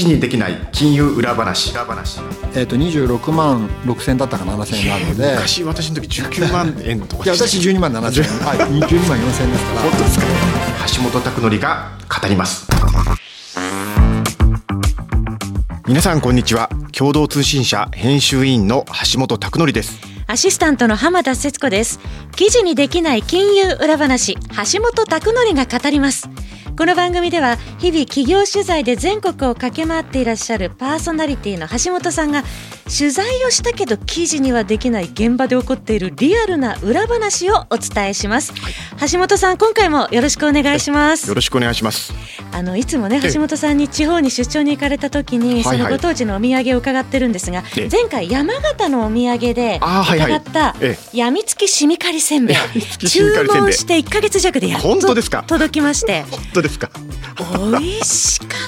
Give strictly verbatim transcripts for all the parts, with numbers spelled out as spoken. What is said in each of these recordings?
時にできない金融裏話。 えー、とにじゅうろくまんろくせんだったかななせんえんなので、 昔私の時じゅうきゅうまんえんとかいや私じゅうにまんななせんえん、はい、じゅうにまんよんせんえんですから。 本当ですか。橋本拓典が語ります。皆さんこんにちは。共同通信社編集委員の橋本拓典です。 アシスタントの浜田節子です。記事にできない金融裏話、橋本拓典が語ります。この番組では日々企業取材で全国を駆け回っていらっしゃるパーソナリティの橋本さんが、取材をしたけど記事にはできない現場で起こっているリアルな裏話をお伝えします、はい、橋本さん、今回もよろしくお願いします。 よろしくお願いします。 あのいつもね、橋本さんに地方に出張に行かれた時にそのご当地のお土産を伺ってるんですが、はいはい、前回山形のお土産で伺ったやみつきしみかりせんべい、注文していっかげつ弱でやっと届きまして。 本当ですか。 美味しかった。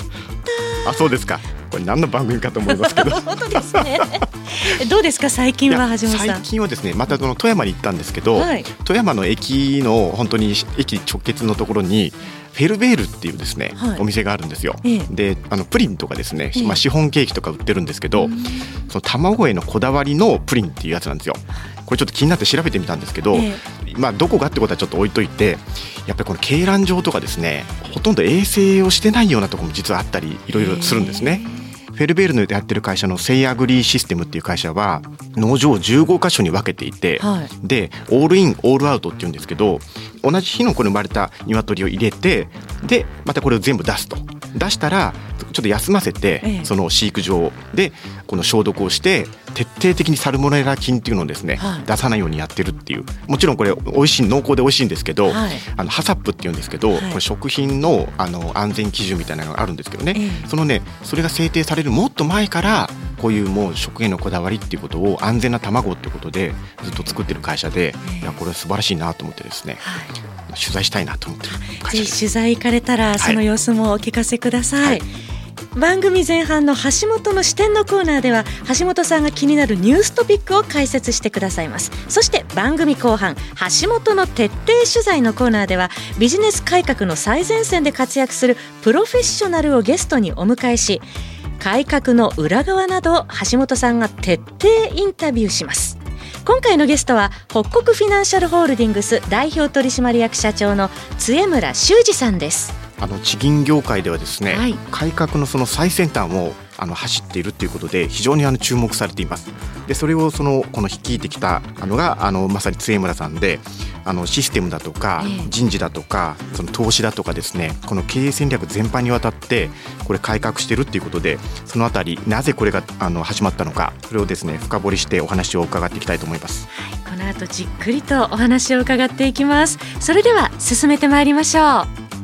あ、そうですか。これ何の番組かと思いますけど本当ですねどうですか最近は。橋本さん、 最近はですね、またその富山に行ったんですけど、はい、富山の駅の本当に駅直結のところにフェルベールっていうですね、はい、お店があるんですよ、ええ、であのプリンとかですね、ええまあ、シフォンケーキとか売ってるんですけど、うん、その卵へのこだわりのプリンっていうやつなんですよ。これちょっと気になって調べてみたんですけど、ええまあ、どこがってことはちょっと置いといて、やっぱりこの鶏卵状とかですね、ほとんど衛生をしてないようなところも実はあったりいろいろするんですね。フェルベールのやってる会社のセイアグリーシステムっていう会社は農場をじゅうごかしょに分けていて、はい、でオールインオールアウトっていうんですけど、同じ日のこれ生まれた鶏を入れて、でまたこれを全部出すと、出したらちょっと休ませて、ええ、その飼育場でこの消毒をして徹底的にサルモネラ菌っていうのをですね、はい、出さないようにやってるっていう。もちろんこれ美味しい、濃厚で美味しいんですけど、はい、あのハサップっていうんですけど、はい、これ食品 の, あの安全基準みたいなのがあるんですけどね、ええ、そのねそれが制定されるもっと前からこういうもう食へのこだわりっていうことを、安全な卵っていうことでずっと作ってる会社で、いやこれは素晴らしいなと思ってですね、はい、取材したいなと思ってる会社です。 ぜひ取材行かれたらその様子もお聞かせください、はいはい。番組前半の橋本の視点のコーナーでは、橋本さんが気になるニューストピックを解説してくださいます。そして番組後半、橋本の徹底取材のコーナーでは、ビジネス改革の最前線で活躍するプロフェッショナルをゲストにお迎えし、改革の裏側などを橋本さんが徹底インタビューします。今回のゲストは北国フィナンシャルホールディングス代表取締役社長の津村修二さんです。 あの地銀業界ではですね、はい、改革のその最先端をあの走っているということで非常にあの注目されています。でそれをそのこの率いてきたのがあのまさに津村さんで、あのシステムだとか人事だとかその投資だとかですね、この経営戦略全般にわたってこれ改革しているということで、そのあたりなぜこれがあの始まったのか、それをですね深掘りしてお話を伺っていきたいと思います、 はい、この後じっくりとお話を伺っていきます。それでは進めてまいりましょう。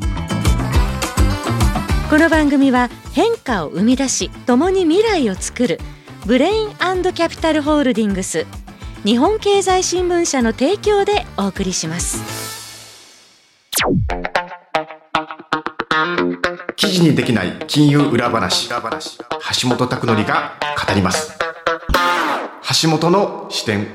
この番組は変化を生み出し共に未来を作るブレイン&キャピタルホールディングス、日本経済新聞社の提供でお送りします。 記事にできない金融裏話、橋本拓典が語ります。橋本の視点。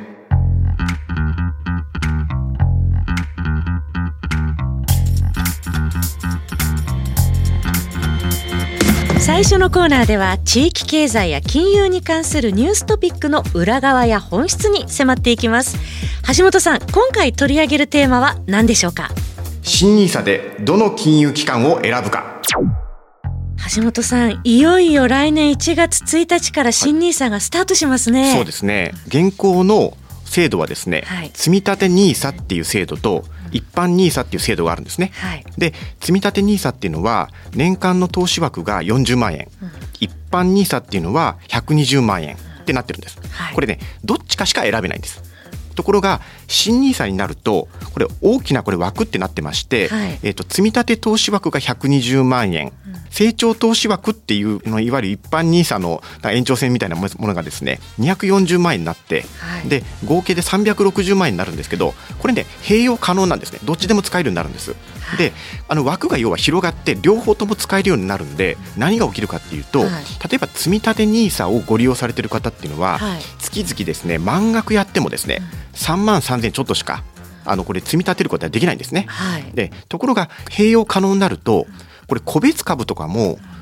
最初のコーナーでは、地域経済や金融に関するニューストピックの裏側や本質に迫っていきます。橋本さん、今回取り上げるテーマは何でしょうか。 新ニーサでどの金融機関を選ぶか。 橋本さん、いよいよ来年いちがつついたちから新ニーサがスタートしますね、はい、 そうですね。現行の制度はですね、はい、積立ニーサっていう制度と一般ニーサっていう制度があるんですね、はい、で積立ニーサっていうのは年間の投資枠がよんじゅうまんえん、うん、一般ニーサっていうのはひゃくにじゅうまんえんってなってるんです、はい、これねどっちかしか選べないんです。ところが新ニーサになるとこれ大きなこれ枠ってなってまして、はい、えーと、積立投資枠がひゃくにじゅうまんえん、うん、成長投資枠っていうのいわゆる一般ニーサの延長線みたいなものがですねにひゃくよんじゅうまんえんになって、はい、で合計でさんびゃくろくじゅうまんえんになるんですけど、これね併用可能なんですね。どっちでも使えるようになるんです、はい、であの枠が要は広がって両方とも使えるようになるんで、何が起きるかっていうと、はい、例えば積立ニーサをご利用されている方っていうのは、はい、月々ですね満額やってもですね、うんさんまんさんぜんちょっとしかあのこれ積み立てることはできないんですね、はい、でところが併用可能になるとこれ個別株とかも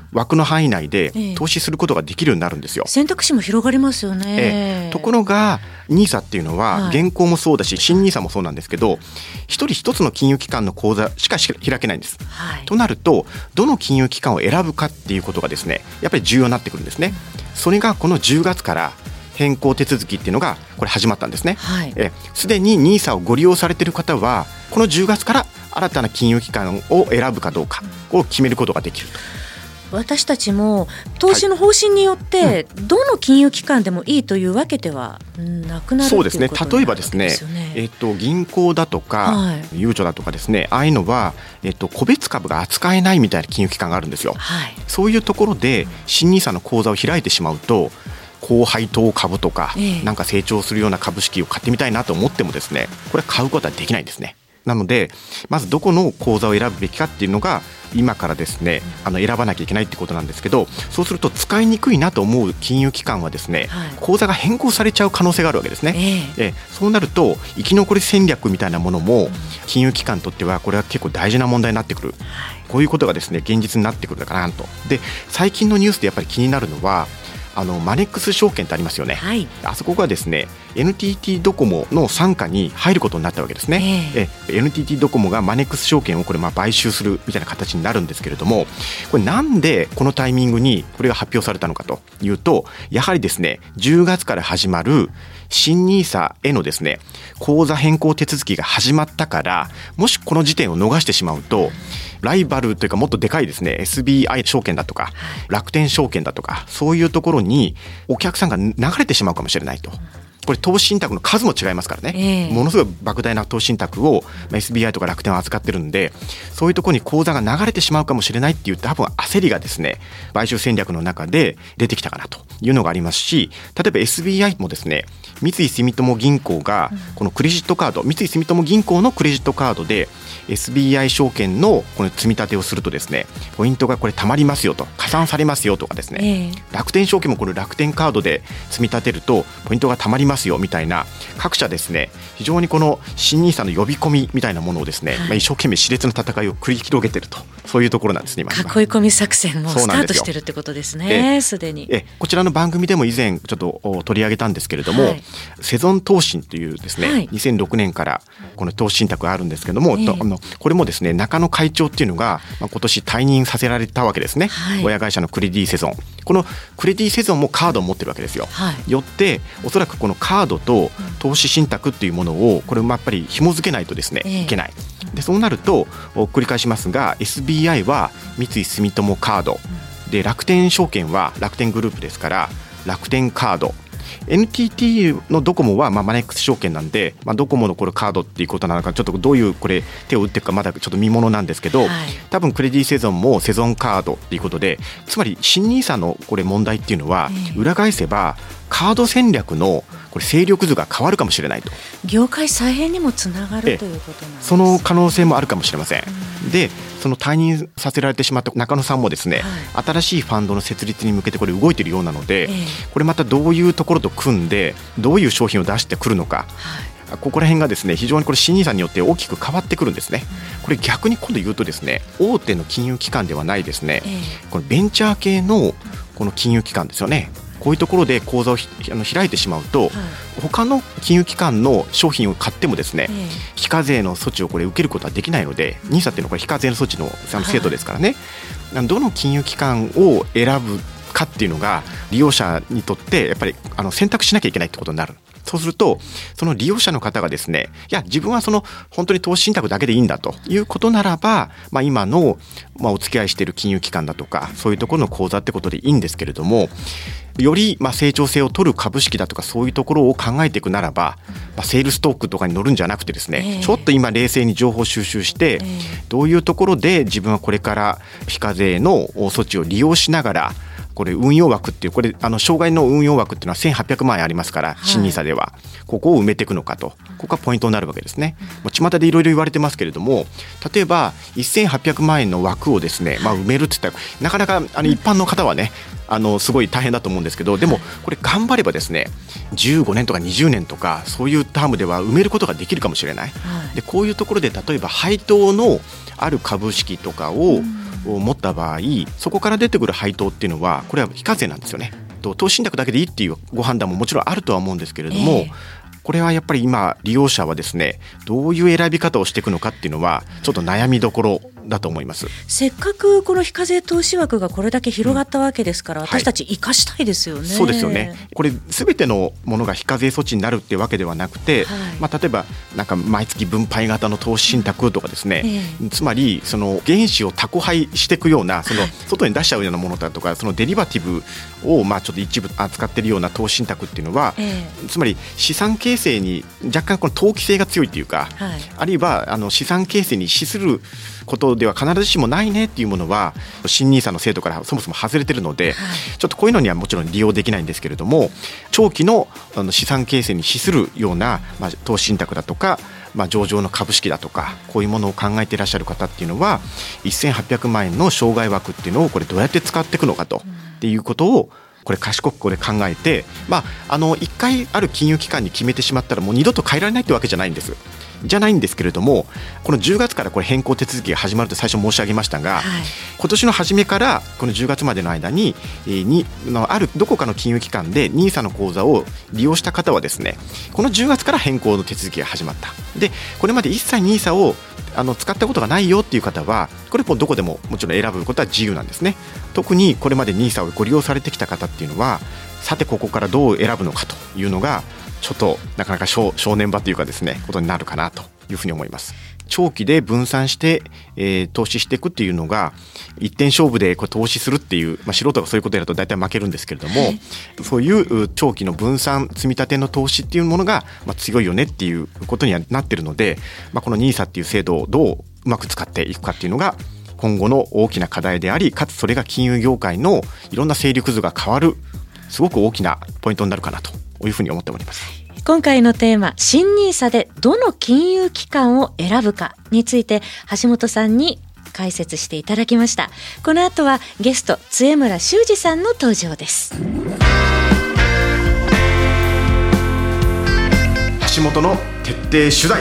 枠の範囲内で投資することができるようになるんですよ。 選択肢も広がりますよね。 ええ、ところがニーサっていうのは現行もそうだし、はい、新ニーサもそうなんですけど、一人一つの金融機関の口座しか開けないんです、はい、となるとどの金融機関を選ぶかっていうことがですねやっぱり重要になってくるんですね。それがこのじゅうがつから変更手続きっていうのがこれ始まったんですね。すで、はい、にニーサをご利用されている方はこのじゅうがつから新たな金融機関を選ぶかどうかを決めることができると。 私たちも投資の方針によってどの金融機関でもいいというわけではなくなるということになるわけですよね。 そうですね。例えばですね、えー、と銀行だとか、はい、ゆうちょだとかですね、ああいうのは、えー、と個別株が扱えないみたいな金融機関があるんですよ、はい、そういうところで新ニーサの口座を開いてしまうと高配当株とか、ええ、なんか成長するような株式を買ってみたいなと思ってもですねこれ買うことはできないんですね。なのでまずどこの口座を選ぶべきかっていうのが今からですねあの選ばなきゃいけないってことなんですけど、そうすると使いにくいなと思う金融機関はですね、はい、口座が変更されちゃう可能性があるわけですね、えええそうなると生き残り戦略みたいなものも金融機関にとってはこれは結構大事な問題になってくる、はい、こういうことがですね現実になってくるかなと。で最近のニュースでやっぱり気になるのはあのマネックス証券ってありますよね、はい、あそこがですね エヌティーティー ドコモの傘下に入ることになったわけですね、えー、え エヌティーティー ドコモがマネックス証券をこれまあ買収するみたいな形になるんですけれども、これなんでこのタイミングにこれが発表されたのかというと、やはりですねじゅうがつから始まる新ニーサへのですね口座変更手続きが始まったから、もしこの時点を逃してしまうとライバルというかもっとでかいですね エスビーアイ 証券だとか楽天証券だとかそういうところにお客さんが流れてしまうかもしれないと。これ投資信託の数も違いますからね、えー、ものすごい莫大な投資信託を エスビーアイ とか楽天は扱ってるんで、そういうところに口座が流れてしまうかもしれないっていう多分焦りがですね買収戦略の中で出てきたかなというのがありますし、例えば エスビーアイ もですね三井住友銀行がこのクレジットカード、三井住友銀行のクレジットカードで エスビーアイ 証券のこの積み立てをするとですねポイントがこれ貯まりますよと、加算されますよとかですね、えー、楽天証券もこれ楽天カードで積み立てるとポイントが貯まりますよみたいな、各社ですね非常にこの新ニーサの呼び込みみたいなものをですね、はい、まあ、一生懸命熾烈な戦いを繰り広げていると、そういうところなんですね。今囲い込み作戦もスタートしてるってことですね。すでにえこちらの番組でも以前ちょっと取り上げたんですけれども、はい、セゾン投信というですね、はい、にせんろくねんからこの投資信託があるんですけども、えー、あのこれもですね中野会長っていうのが、まあ、今年退任させられたわけですね、はい、親会社のクレディセゾン、このクレディセゾンもカードを持ってるわけですよ、はい、よっておそらくこのカードと投資信託っていうものをこれもやっぱり紐付けないとですね、えー、いけない。でそうなると繰り返しますが エスビーアイ は三井住友カードで、楽天証券は楽天グループですから楽天カード、エヌティーティー のドコモはまあマネックス証券なんで、まあ、ドコモのこれカードっていうことなのかちょっとどういうこれ手を打っていくかまだちょっと見ものなんですけど、はい、多分クレディセゾンもセゾンカードっていうことで、つまり新ニーサのこれ問題っていうのは裏返せばカード戦略のこれ勢力図が変わるかもしれないと、 業界再編にもつながるということなんです、ね、 その可能性もあるかもしれません、うん、でその退任させられてしまった中野さんもですね、はい、新しいファンドの設立に向けてこれ動いているようなので、えー、これまたどういうところと組んでどういう商品を出してくるのか、はい、ここら辺がですね非常にこれ新ニーサによって大きく変わってくるんですね、うん、これ逆に今度言うとですね大手の金融機関ではないですね、えー、このベンチャー系のこの金融機関ですよね、こういうところで口座をあの開いてしまうと、はい、他の金融機関の商品を買ってもですね、えー、非課税の措置をこれ受けることはできないので、ニーサっていうのはこれ非課税の措置 の, あの制度ですからね、はい、どの金融機関を選ぶかっていうのが利用者にとってやっぱりあの選択しなきゃいけないってことになる。そうするとその利用者の方がですね、いや自分はその本当に投資信託だけでいいんだということならば、まあ、今の、まあ、お付き合いしている金融機関だとかそういうところの口座ってことでいいんですけれども、よりまあ成長性を取る株式だとかそういうところを考えていくならば、まあ、セールストックとかに乗るんじゃなくてですね、えー、ちょっと今冷静に情報収集して、えー、どういうところで自分はこれから非課税の措置を利用しながらこれ運用枠っていうこれあの障害の運用枠っていうのはせんはっぴゃくまんえんありますから、はい、新ニーサではここを埋めていくのかと、ここがポイントになるわけですね。もう巷でいろいろ言われてますけれども、例えばせんはっぴゃくまんえんの枠をですね、まあ、埋めるって言ったらなかなかあの一般の方はねあのすごい大変だと思うんですけど、でもこれ頑張ればですねじゅうごねんとかにじゅうねんとかそういうタームでは埋めることができるかもしれない、はい、でこういうところで例えば配当のある株式とかをを持った場合、そこから出てくる配当っていうのはこれは非課税なんですよね。投資信託だけでいいっていうご判断ももちろんあるとは思うんですけれども、えーこれはやっぱり今利用者はですね、どういう選び方をしていくのかっていうのはちょっと悩みどころだと思います。 せっかくこの非課税投資枠がこれだけ広がったわけですから、うん、私たち生かしたいですよね、はい、 そうですよね。これ全てのものが非課税措置になるっていうわけではなくて、はいまあ、例えばなんか毎月分配型の投資信託とかですね、えー、つまりその原資をタコ配していくようなその外に出しちゃうようなものだとか、そのデリバティブをまあちょっと一部扱っているような投資信託っていうのは、えー、つまり資産形成に若干この投機性が強いというか、はい、あるいはあの資産形成に資することでは必ずしもないねっていうものは新ニーサの制度からそもそも外れてるので、はい、ちょっとこういうのにはもちろん利用できないんですけれども、長期のあの資産形成に資するような、まあ、投資信託だとか、まあ、上場の株式だとかこういうものを考えていらっしゃる方っていうのはせんはっぴゃくまんえんの生涯枠っていうのをこれどうやって使っていくのかと、うん、っていうことをこれ賢くこれ考えて、まあ、あのいっかいある金融機関に決めてしまったらもう二度と変えられないってわけじゃないんですじゃないんですけれども、このじゅうがつからこれ変更手続きが始まると最初申し上げましたが、はい、今年の初めからこのじゅうがつまでの間に、えー、にあるどこかの金融機関でニーサの口座を利用した方はですね、このじゅうがつから変更の手続きが始まった。でこれまで一切ニーサをあの使ったことがないよっていう方はこれもどこでももちろん選ぶことは自由なんですね。特にこれまでニーサをご利用されてきた方っていうのはさてここからどう選ぶのかというのがちょっとなかなか 正, 正念場というかですねことになるかなというふうに思います。長期で分散して、えー、投資していくっていうのが一点勝負でこう投資するっていう、まあ、素人がそういうことやると大体負けるんですけれども、そういう長期の分散積み立ての投資っていうものが、まあ、強いよねっていうことにはなってるので、まあ、このニーサっていう制度をどううまく使っていくかっていうのが今後の大きな課題であり、かつそれが金融業界のいろんな勢力図が変わるすごく大きなポイントになるかなというふうに思っております。 今回のテーマ、新ニーサでどの金融機関を選ぶかについて橋本さんに解説していただきました。この後はゲスト津江村修二さんの登場です。 橋本の徹底取材。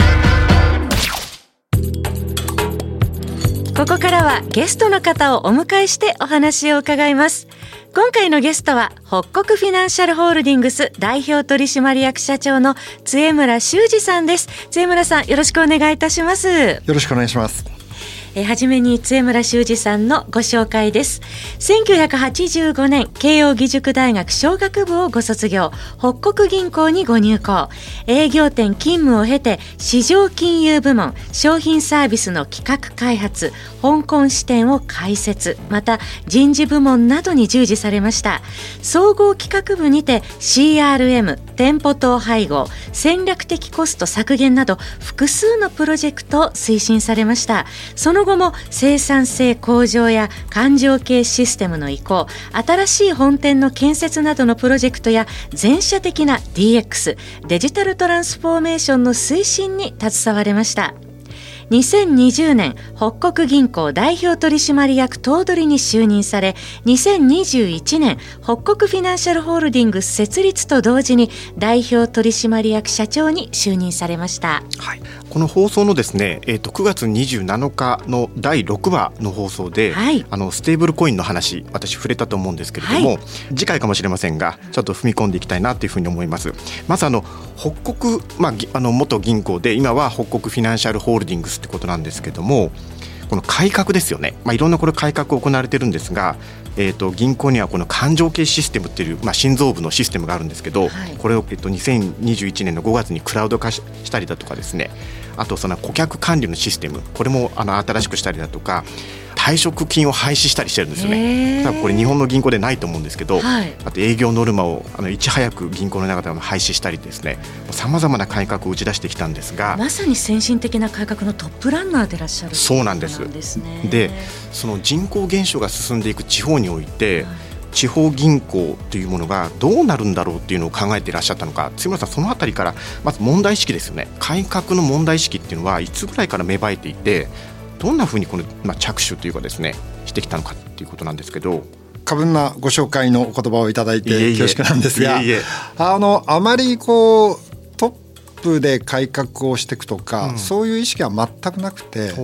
ここからはゲストの方をお迎えしてお話を伺います。今回のゲストは北国フィナンシャルホールディングス代表取締役社長の津江村修二さんです。津江村さん、よろしくお願いいたします。よろしくお願いします。 えはじめに津江村修二さんのご紹介です。せんきゅうひゃくはちじゅうごねん慶應義塾大学商学部をご卒業、北国銀行にご入行、営業店勤務を経て市場金融部門、商品サービスの企画開発、香港支店を開設、また人事部門などに従事されました。総合企画部にて シーアールエム、店舗統廃合、戦略的コスト削減など複数のプロジェクトを推進されました。その後も生産性向上や環状系システムの移行、新しい本店の建設などのプロジェクトや全社的な ディーエックス デジタルトランスフォーメーションの推進に携われました。にせんにじゅうねん北国銀行代表取締役頭取に就任され、にせんにじゅういちねん北国フィナンシャルホールディングス設立と同時に代表取締役社長に就任されました。 はい、この放送のですね、えー、とくがつにじゅうなのかのだいろくわの放送で、はい、あのステーブルコインの話私触れたと思うんですけれども、はい、次回かもしれませんがちょっと踏み込んでいきたいなというふうに思います。まずあの北国、まあ、あの元銀行で今は北国フィナンシャルホールディングスってことなんですけども、この改革ですよね、まあ、いろんなこれ改革行われてるんですが、えー、と銀行にはこの環状系システムっていう、まあ、心臓部のシステムがあるんですけど、はい、これを、えー、とにせんにじゅういちねんのごがつにクラウド化したりだとかですね、あとその顧客管理のシステム、これもあの新しくしたりだとか、退職金を廃止したりしてるんですよね。多分これ日本の銀行でないと思うんですけど、はい、あと営業ノルマをあのいち早く銀行の中でも廃止したりですね、さまざまな改革を打ち出してきたんですが、 まさに先進的な改革のトップランナーでいらっしゃる。 そうなんです。で、その人口減少が進んでいく地方において、はい、地方銀行というものがどうなるんだろうっていうのを考えていらっしゃったのか、津村さん、そのあたりからまず問題意識ですよね。改革の問題意識っていうのはいつぐらいから芽生えていて、どんなふうにこの、まあ、着手というかですねしてきたのかっていうことなんですけど。 過分なご紹介のお言葉をいただいて恐縮なんですが、いえいえ、あのあまりこうトップで改革をしていくとか、うん、そういう意識は全くなくて、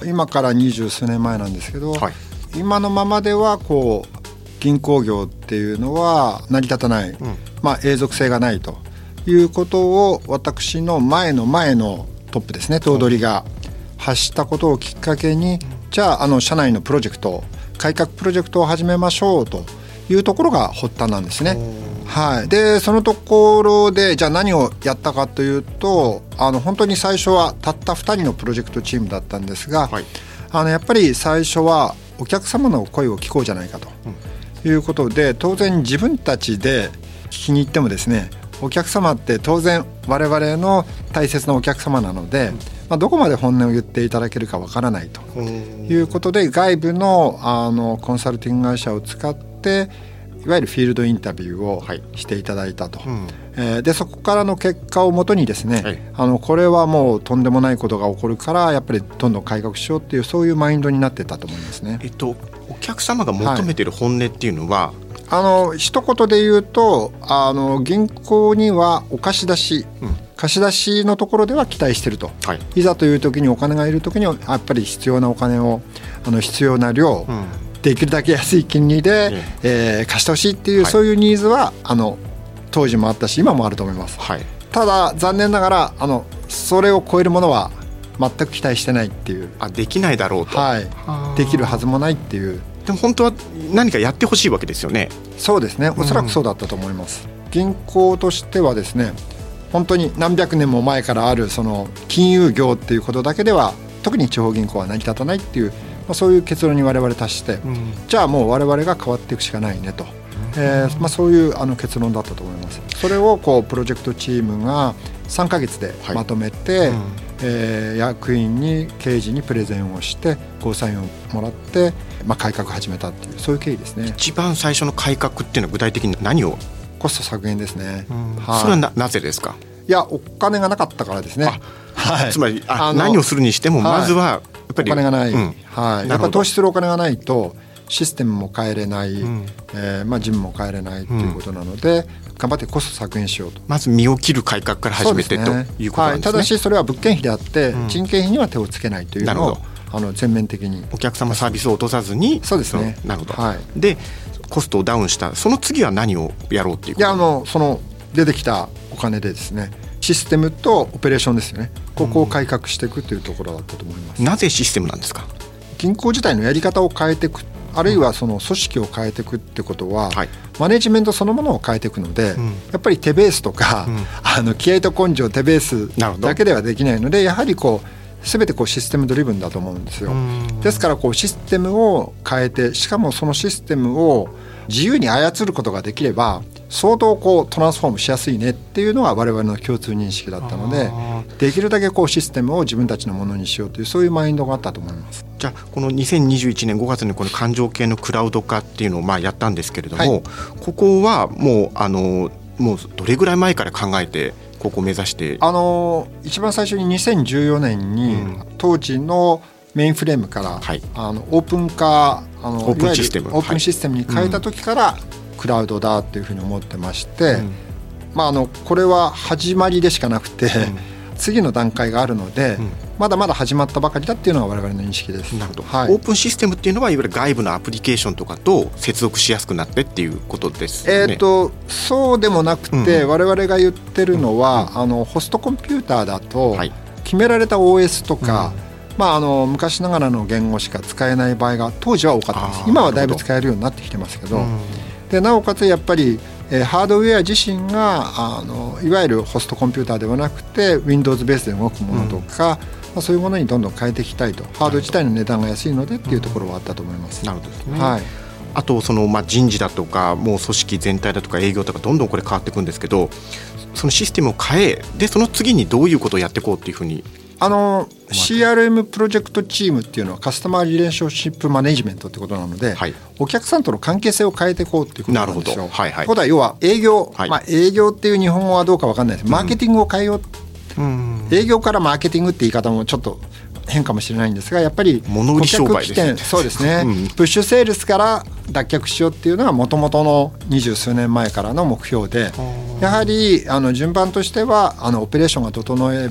今から二十数年前なんですけど、 はい、 今のままではこう銀行業っていうのは成り立たない、うん、まあ、永続性がないということを私の前の前のトップですね、頭取が発したことをきっかけに、うん、じゃあ、あの社内のプロジェクト、改革プロジェクトを始めましょうというところが発端なんですね。はい、でそのところでじゃあ何をやったかというと、あの本当に最初はたったふたりのプロジェクトチームだったんですが、はい、あのやっぱり最初はお客様の声を聞こうじゃないかということで、当然自分たちで聞きに行ってもですね、お客様って当然我々の大切なお客様なので、まあ、どこまで本音を言っていただけるかわからないということで、外部の、あのコンサルティング会社を使っていわゆるフィールドインタビューをしていただいたと、はい、えー、でそこからの結果をもとにですね、はい、あのこれはもうとんでもないことが起こるからやっぱりどんどん改革しようっていう、そういうマインドになってたと思いますね。 えっと、お客様が求めている本音っていうのは、はい、 あの一言で言うと、あの銀行にはお貸し出し、うん、貸し出しのところでは期待してると、はい、いざという時にお金がいる時にはやっぱり必要なお金を、あの必要な量、うん、できるだけ安い金利で、ねえー、貸してほしいっていう、はい、そういうニーズはあの当時もあったし今もあると思います、はい、ただ残念ながらあのそれを超えるものは全く期待してないっていう、 あ、できないだろうと、 はい、できるはずもないっていう。 でも本当は何かやってほしいわけですよね。 そうですね、おそらくそうだったと思います、うん、銀行としてはですね、本当に何百年も前からあるその金融業っていうことだけでは特に地方銀行は成り立たないっていう、まあ、そういう結論に我々達して、うん、じゃあもう我々が変わっていくしかないねと、うん、えーまあ、そういうあの結論だったと思います。それをこうプロジェクトチームがさんかげつでまとめて、はい、うん、えー、役員に経営陣にプレゼンをしてゴーサインをもらって、まあ、改革を始めたっていう、そういう経緯ですね。 一番最初の改革っていうのは具体的に何を？ コスト削減ですね、 うん、はい、それは な, なぜですか？ いや、お金がなかったからですね。 はい、つまりあ何をするにしてもまずはやっぱり、 はい、お金がない、うん、はい、やっぱり投資するお金がないとシステムも変えれない、うん、えーまあ、事務も変えれないということなので、うん、頑張ってコスト削減しようと。 まず身を切る改革から始めて、ね、ということなんですね。 はい、ただしそれは物件費であって、うん、人件費には手をつけないというのをあの全面的にお客様サービスを落とさずに。 そうですね。 なるほど、 はい、 でコストをダウンした、その次は何をやろうっていうこと？ いや、あのその出てきたお金でですね、システムとオペレーションですよね、ここを改革していくというところだったと思います、 うん、なぜシステムなんですか？ 銀行自体のやり方を変えていく、あるいはその組織を変えていくってことは、うん、はい、マネジメントそのものを変えていくので、うん、やっぱり手ベースとか、うん、あの気合と根性手ベースだけではできないので、やはりこう全てこうシステムドリブンだと思うんですよ。ですからこうシステムを変えて、しかもそのシステムを自由に操ることができれば相当こうトランスフォームしやすいねっていうのが我々の共通認識だったので、できるだけこうシステムを自分たちのものにしようという、そういうマインドがあったと思います。 じゃあこのにせんにじゅういちねんごがつにこの環状系のクラウド化っていうのをまあやったんですけれども、はい、ここはもうあのもうどれぐらい前から考えてここを目指して？あの一番最初ににせんじゅうよねんに、うん、当時のメインフレームから、はい、あのオープン化、あのオープンシステム、 オープンシステムに変えた時から、はい、クラウドだっていうふうに思ってまして、うん、まあ、あのこれは始まりでしかなくて、うん、次の段階があるので、うん、まだまだ始まったばかりだっていうのが我々の認識です。 なるほど、はい、オープンシステムっていうのはいわゆる外部のアプリケーションとかと接続しやすくなってっていうことですよね。 えーと、そうでもなくて、うん、我々が言ってるのは、うん、あのホストコンピューターだと決められた オーエス とか、うん、まあ、あの昔ながらの言語しか使えない場合が当時は多かったんです。今はだいぶ使えるようになってきてますけど、うん、でなおかつやっぱり、えー、ハードウェア自身があのいわゆるホストコンピューターではなくて Windows ベースで動くものとか、うん、まあ、そういうものにどんどん変えていきたいと。ハード自体の値段が安いのでっていうところはあったと思います。 うん、なるほどですね。 はい、 あとその、まあ、人事だとかもう組織全体だとか営業とかどんどんこれ変わっていくんですけど、そのシステムを変えでその次にどういうことをやっていこうっていうふうに、 あの シーアールエム プロジェクトチームっていうのはカスタマーリレーションシップマネジメントってことなので、はい、お客さんとの関係性を変えていこうっていうことなんですよ。なるほど、はいはい、これは要は営業、はい、まあ、営業っていう日本語はどうか分かんないです。マーケティングを変えよう、うん、営業からマーケティングって言い方もちょっと変かもしれないんですが、やっぱり物売り商売ですね。 そうですね、うん、プッシュセールスから脱却しようっていうのがもともとの二十数年前からの目標で、やはりあの順番としてはあのオペレーションが整え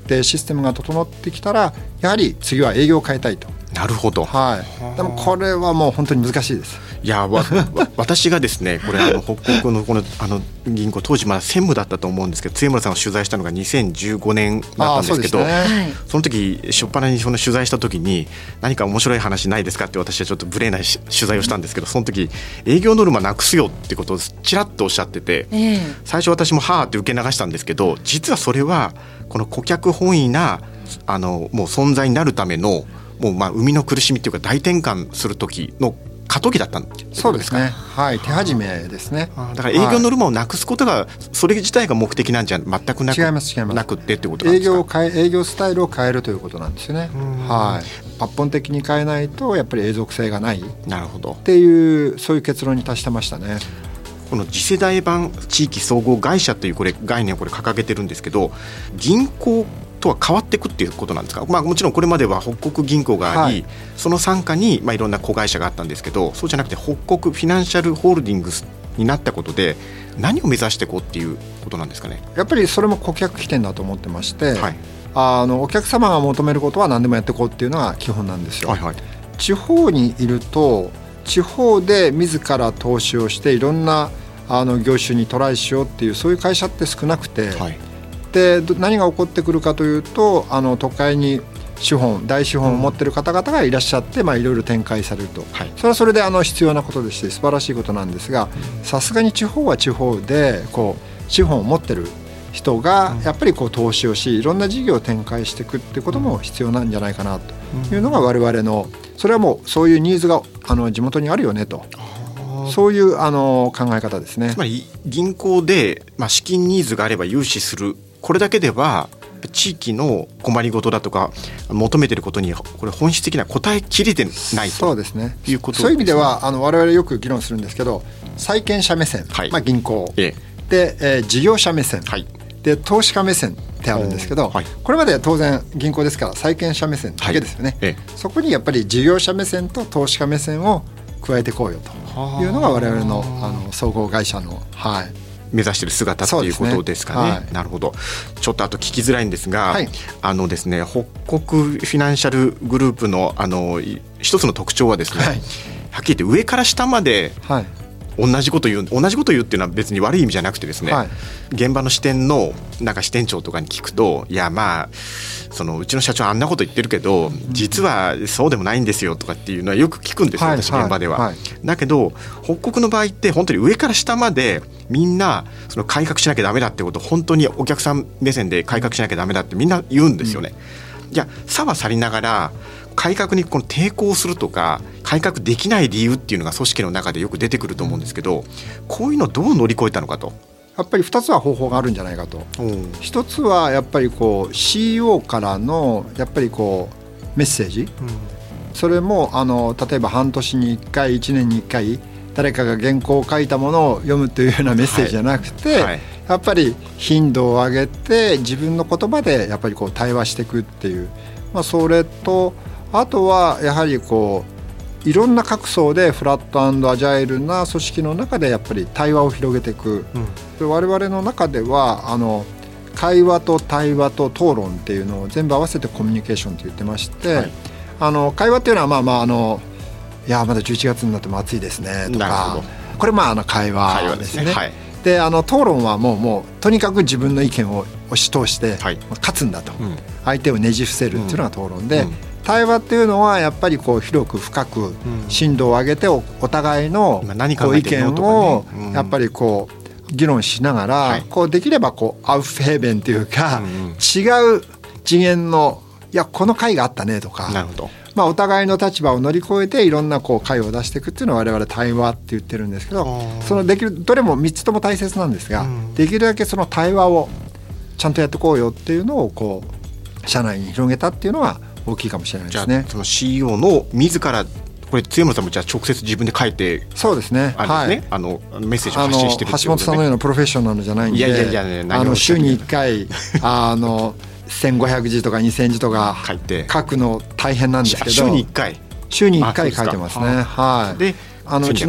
でシステムが整ってきたらやはり次は営業を変えたいと。 なるほど、 はい、でもこれはもう本当に難しいです。 いやわわ私がですねこれあの北国のこのあの銀行当時まだ専務だったと思うんですけど、津村さんを取材したのがにせんじゅうごねんだったんですけど、 そ, ね、その時初っ端にその取材した時に何か面白い話ないですかって私はちょっと無礼な取材をしたんですけど、その時営業ノルマなくすよってことをちらっとおっしゃってて、えー、最初私もはーって受け流したんですけど、実はそれはこの顧客本位なあのもう存在になるためのもうまあ生みの苦しみというか大転換する時の過渡期だったんですか。 そうですね、はい、手始めですね。 だから営業ノルマをなくすことがそれ自体が目的なんじゃ全くなく、 違います違いますなくってってことなんですか。 営業を変え営業スタイルを変えるということなんですよね。はい、抜本的に変えないとやっぱり永続性がないなるほどっていうそういう結論に達してましたね。 この次世代版地域総合会社というこれ概念をこれ掲げてるんですけど、銀行とは変わっていくっていうことなんですか。まあ、もちろんこれまでは北国銀行があり、はい、その傘下にまあいろんな子会社があったんですけど、そうじゃなくて北国フィナンシャルホールディングスになったことで何を目指していこうっていうことなんですかね。 やっぱりそれも顧客起点だと思ってまして、はい、あのお客様が求めることは何でもやっていこうっていうのが基本なんですよ。はいはい、地方にいると地方で自ら投資をしていろんなあの業種にトライしようっていうそういう会社って少なくて、はい、で何が起こってくるかというとあの都会に資本大資本を持っている方々がいらっしゃって、まあ、いろいろ展開されると、はい、それはそれであの必要なことでして素晴らしいことなんですが、さすがに地方は地方でこう資本を持っている人がやっぱりこう投資をしいろんな事業を展開していくっていうことも必要なんじゃないかなというのが我々のそれはもうそういうニーズがあの地元にあるよねと、そういうあの考え方ですね。 つまり銀行で、まあ、資金ニーズがあれば融資する、これだけでは地域の困りごとだとか求めていることにこれ本質的な答えきれてないと。 そうですね。 いうことですね。 そういう意味ではあの我々よく議論するんですけど、債権者目線、はいまあ、銀行、ええで、えー、事業者目線、はい、で投資家目線ってあるんですけど、はい、これまでは当然銀行ですから債権者目線だけですよね。はいええ、そこにやっぱり事業者目線と投資家目線を加えていこうよというのが我々の、あの総合会社の、はい、 目指している姿ということですかね。はい、なるほど。ちょっとあと聞きづらいんですが、はい、あのですね、北国フィナンシャルグループのあの一つの特徴はですね、はい、はっきり言って上から下まで、はい同じこと言う同じこと言うっていうのは別に悪い意味じゃなくてですね、はい、現場の支店のなんか支店長とかに聞くと、いやまあそのうちの社長あんなこと言ってるけど、うん、実はそうでもないんですよとかっていうのはよく聞くんですよ、はい、私現場では、はい、だけど北国の場合って本当に上から下までみんなその改革しなきゃダメだってことを本当にお客さん目線で改革しなきゃダメだってみんな言うんですよね。うん、いや差は去りながら改革にこの抵抗するとか改革できない理由っていうのが組織の中でよく出てくると思うんですけど、こういうのをどう乗り越えたのかと。 やっぱりふたつは方法があるんじゃないかと。ひとつはやっぱりこう シーイーオー からのやっぱりこうメッセージ、うん、それもあの例えば半年にいっかいいちねんにいっかい誰かが原稿を書いたものを読むというようなメッセージじゃなくて、はいはい、やっぱり頻度を上げて自分の言葉でやっぱりこう対話していくっていう、まあ、それとあとはやはりこういろんな各層でフラット&アジャイルな組織の中でやっぱり対話を広げていく、うん、で我々の中ではあの会話と対話と討論っていうのを全部合わせてコミュニケーションと言ってまして、はい、あの会話っていうのはまあまああのいやまだじゅういちがつになっても暑いですねとか、これまああの会話ですね。はい、であの討論はもうもうとにかく自分の意見を押し通して、はい、勝つんだと、うん、相手をねじ伏せるっていうのが討論で、うんうん対話っていうのはやっぱりこう広く深く深度を上げて お, お互いのこう意見をやっぱりこう議論しながらこうできればこうアウフヘーベンというか違う次元のいやこの会があったねとか、なるほど、まあ、お互いの立場を乗り越えていろんなこう会を出していくっていうのは我々対話って言ってるんですけど、そのできるどれもみっつとも大切なんですが、できるだけその対話をちゃんとやっていこうよっていうのをこう社内に広げたっていうのは大きいかもしれないですね。 じゃあその シーイーオー の自らこれ津山さんもじゃあ直接自分で書いてそうですね、 あれですね、はい、あのメッセージを発信してるってことで、ね、 橋本さんのようなプロフェッショナルじゃないんで、いやいやいや、ね、あの週にいっかいあのせんごひゃくじとかにせんじとか書いて書くの大変なんですけど、 週にいっかい週にいっかい書いてますね。はい、 であのうちの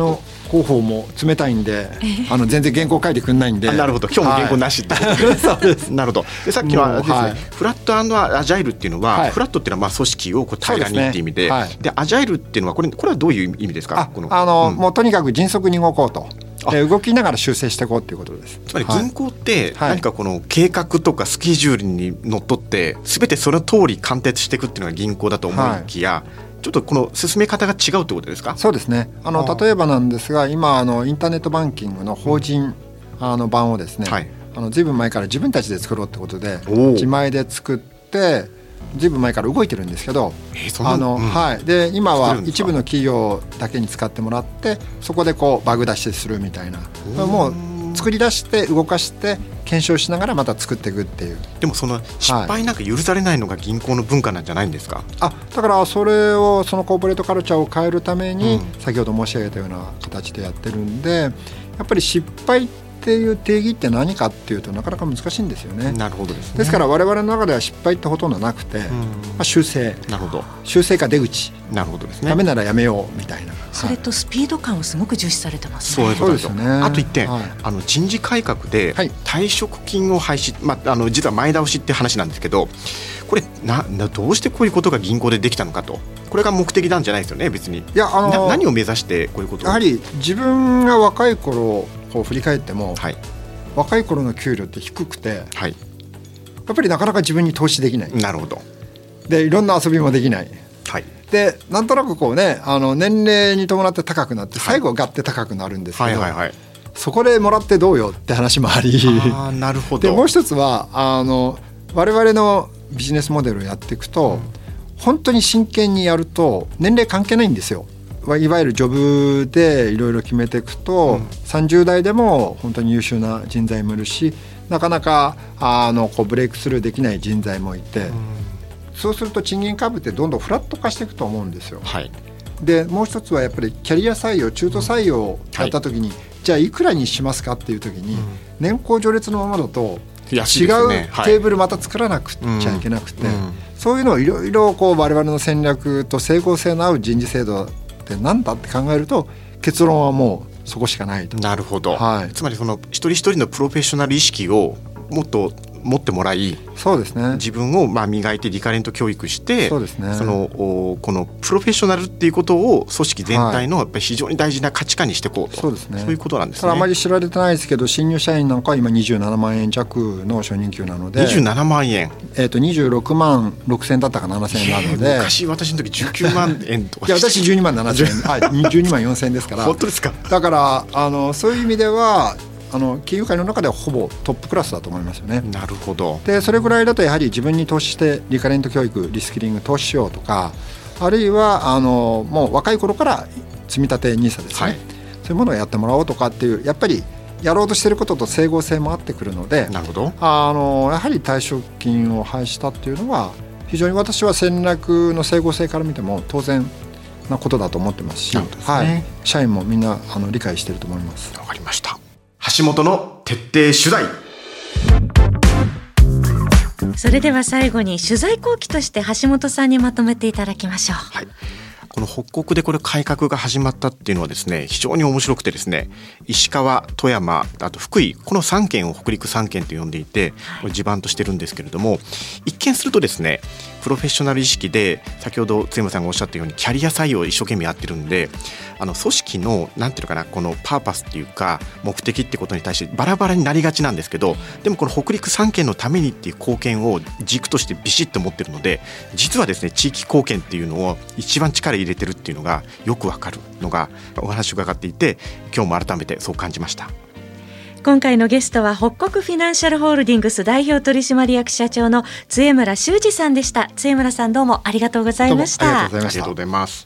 広報も冷たいんで、あの全然原稿書いてくんないんで。 なるほど、今日も原稿なしってことで、はい、そうですなるほど。でさっきはですね、はい、フラット&アジャイルっていうのは、はい、フラットっていうのはまあ組織をこう平らにっていう意味 で, で、ねはい、でアジャイルっていうのはこれ、これはどういう意味ですか。 あこのあの、 うん、 もうとにかく迅速に動こうと、動きながら修正していこうということです。 つまり銀行って何かこの計画とかスケジュールにのっとって全てその通り貫徹していくっていうのが銀行だと思いきや、はい、ちょっとこの進め方が違うってことですか。 そうですね。あの例えばなんですが、今あのインターネットバンキングの法人、うん、あの版をですね、はい、あのずいぶん前から自分たちで作ろうってことで自前で作ってずいぶん前から動いてるんですけど、 えーあのうんはい、で今は一部の企業だけに使ってもらってそこでこうバグ出しするみたいな、もう作り出して動かして検証しながらまた作っていくっていう。 でもその失敗なんか許されないのが銀行の文化なんじゃないんですか。 あだからそれをそのコーポレートカルチャーを変えるために、うん、先ほど申し上げたような形でやってるんで、やっぱり失敗っていう定義って何かっていうとなかなか難しいんですよね。 なるほどですね。 ですから我々の中では失敗ってほとんどなくて、うんまあ、修正なるほど修正か出口なるほどですね。 ダメならやめようみたいな。 それとスピード感をすごく重視されてますね。 そうですね。 あといってん、 はい、 あの人事改革で退職金を廃止、まあ、あの実は前倒しって話なんですけど、これななどうしてこういうことが銀行でできたのかと。これが目的なんじゃないですよね別に。いやあのな何を目指してこういうことを。 やはり自分が若い頃を振り返っても、はい、若い頃の給料って低くて、はい、やっぱりなかなか自分に投資できない。 なるほど。 でいろんな遊びもできない、 はい、 でなんとなくこうねあの年齢に伴って高くなって最後ガッて高くなるんですけど、はいはいはいはい、そこでもらってどうよって話もあり、 あなるほど。 でもう一つはあの我々のビジネスモデルをやっていくと、うん、本当に真剣にやると年齢関係ないんですよ。いわゆるジョブでいろいろ決めていくと、うん、さんじゅう代でも本当に優秀な人材もいるし、なかなかあのこうブレイクスルーできない人材もいて、うん、そうすると賃金カーブってどんどんフラット化していくと思うんですよ、はい、でもう一つはやっぱりキャリア採用中途採用をやった時に、うんはい、じゃあいくらにしますかっていう時に、うん、年功序列のままだと違うテーブルまた作らなくちゃいけなくて、はいうん、そういうのをいろいろこう我々の戦略と整合性の合う人事制度ってなんだって考えると結論はもうそこしかないと。 なるほど、 はい、 つまりその一人一人のプロフェッショナル意識をもっと持ってもらい、 そうですね、 自分をまあ磨いてリカレント教育して、 そうですね、 そのこのプロフェッショナルっていうことを組織全体のやっぱり非常に大事な価値観にしていこうと、 そうですね、 そういうことなんですね。 ただあまり知られてないですけど、新入社員なんかは今にじゅうななまんえん弱の初任給なので、 にじゅうななまんえん、 えー、とにじゅうろくまんろくせんだったかななせんえんなので、 昔私の時じゅうきゅうまんえんとかいや私じゅうにまんななせんえんはい、じゅうにまんよんせんえんですから本当ですか。 だからあのそういう意味ではあの金融界の中ではほぼトップクラスだと思いますよね。 なるほど。 でそれぐらいだとやはり自分に投資してリカレント教育リスキリング投資しようとか、あるいはあのもう若い頃から積み立て ニーサ ですね、はい、そういうものをやってもらおうとかっていうやっぱりやろうとしていることと整合性もあってくるので、 なるほど、 あのやはり退職金を廃止したっていうのは非常に私は戦略の整合性から見ても当然なことだと思ってますし、 ね、 はい、社員もみんなあの理解していると思います。 わかりました。橋本の徹底取材。 それでは最後に取材後期として橋本さんにまとめていただきましょう。 はい、この北国でこれ改革が始まったっていうのはですね、非常に面白くてですね、石川、富山、あと福井、このさんけんを北陸さんけんと呼んでいて、これ地盤としてるんですけれども、一見するとですね、プロフェッショナル意識で先ほど津山さんがおっしゃったようにキャリア採用を一生懸命やってるんで、あの組織のなんていうのかな、このパーパスっていうか目的ってことに対してバラバラになりがちなんですけど、でもこの北陸さんけんのためにっていう貢献を軸としてビシッと持ってるので、実はですね地域貢献っていうのを一番力入れてるっていうのがよくわかるのがお話を伺っていて、今日も改めてそう感じました。 今回のゲストは北国フィナンシャルホールディングス代表取締役社長の津江村修二さんでした。津江村さん、どうもありがとうございました。 ありがとうございます。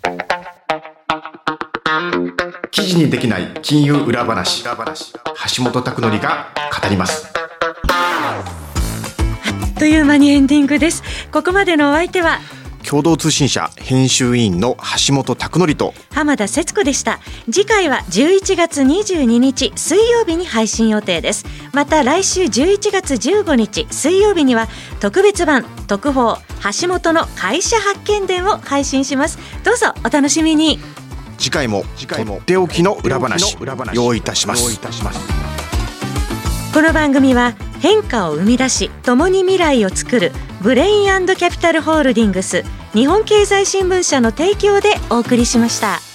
記事にできない金融裏話、橋本拓典が語ります。 あっという間にエンディングです。ここまでのお相手は共同通信社編集委員の橋本拓典と浜田節子でした。次回はじゅういちがつにじゅうににち水曜日に配信予定です。また来週じゅういちがつじゅうごにち水曜日には特別版特報橋本の会社発見伝を配信します。どうぞお楽しみに。 次回もとっておきの裏話用意いたします。 この番組は変化を生み出し共に未来を作るブレイン&キャピタルホールディングス日本経済新聞社の提供でお送りしました。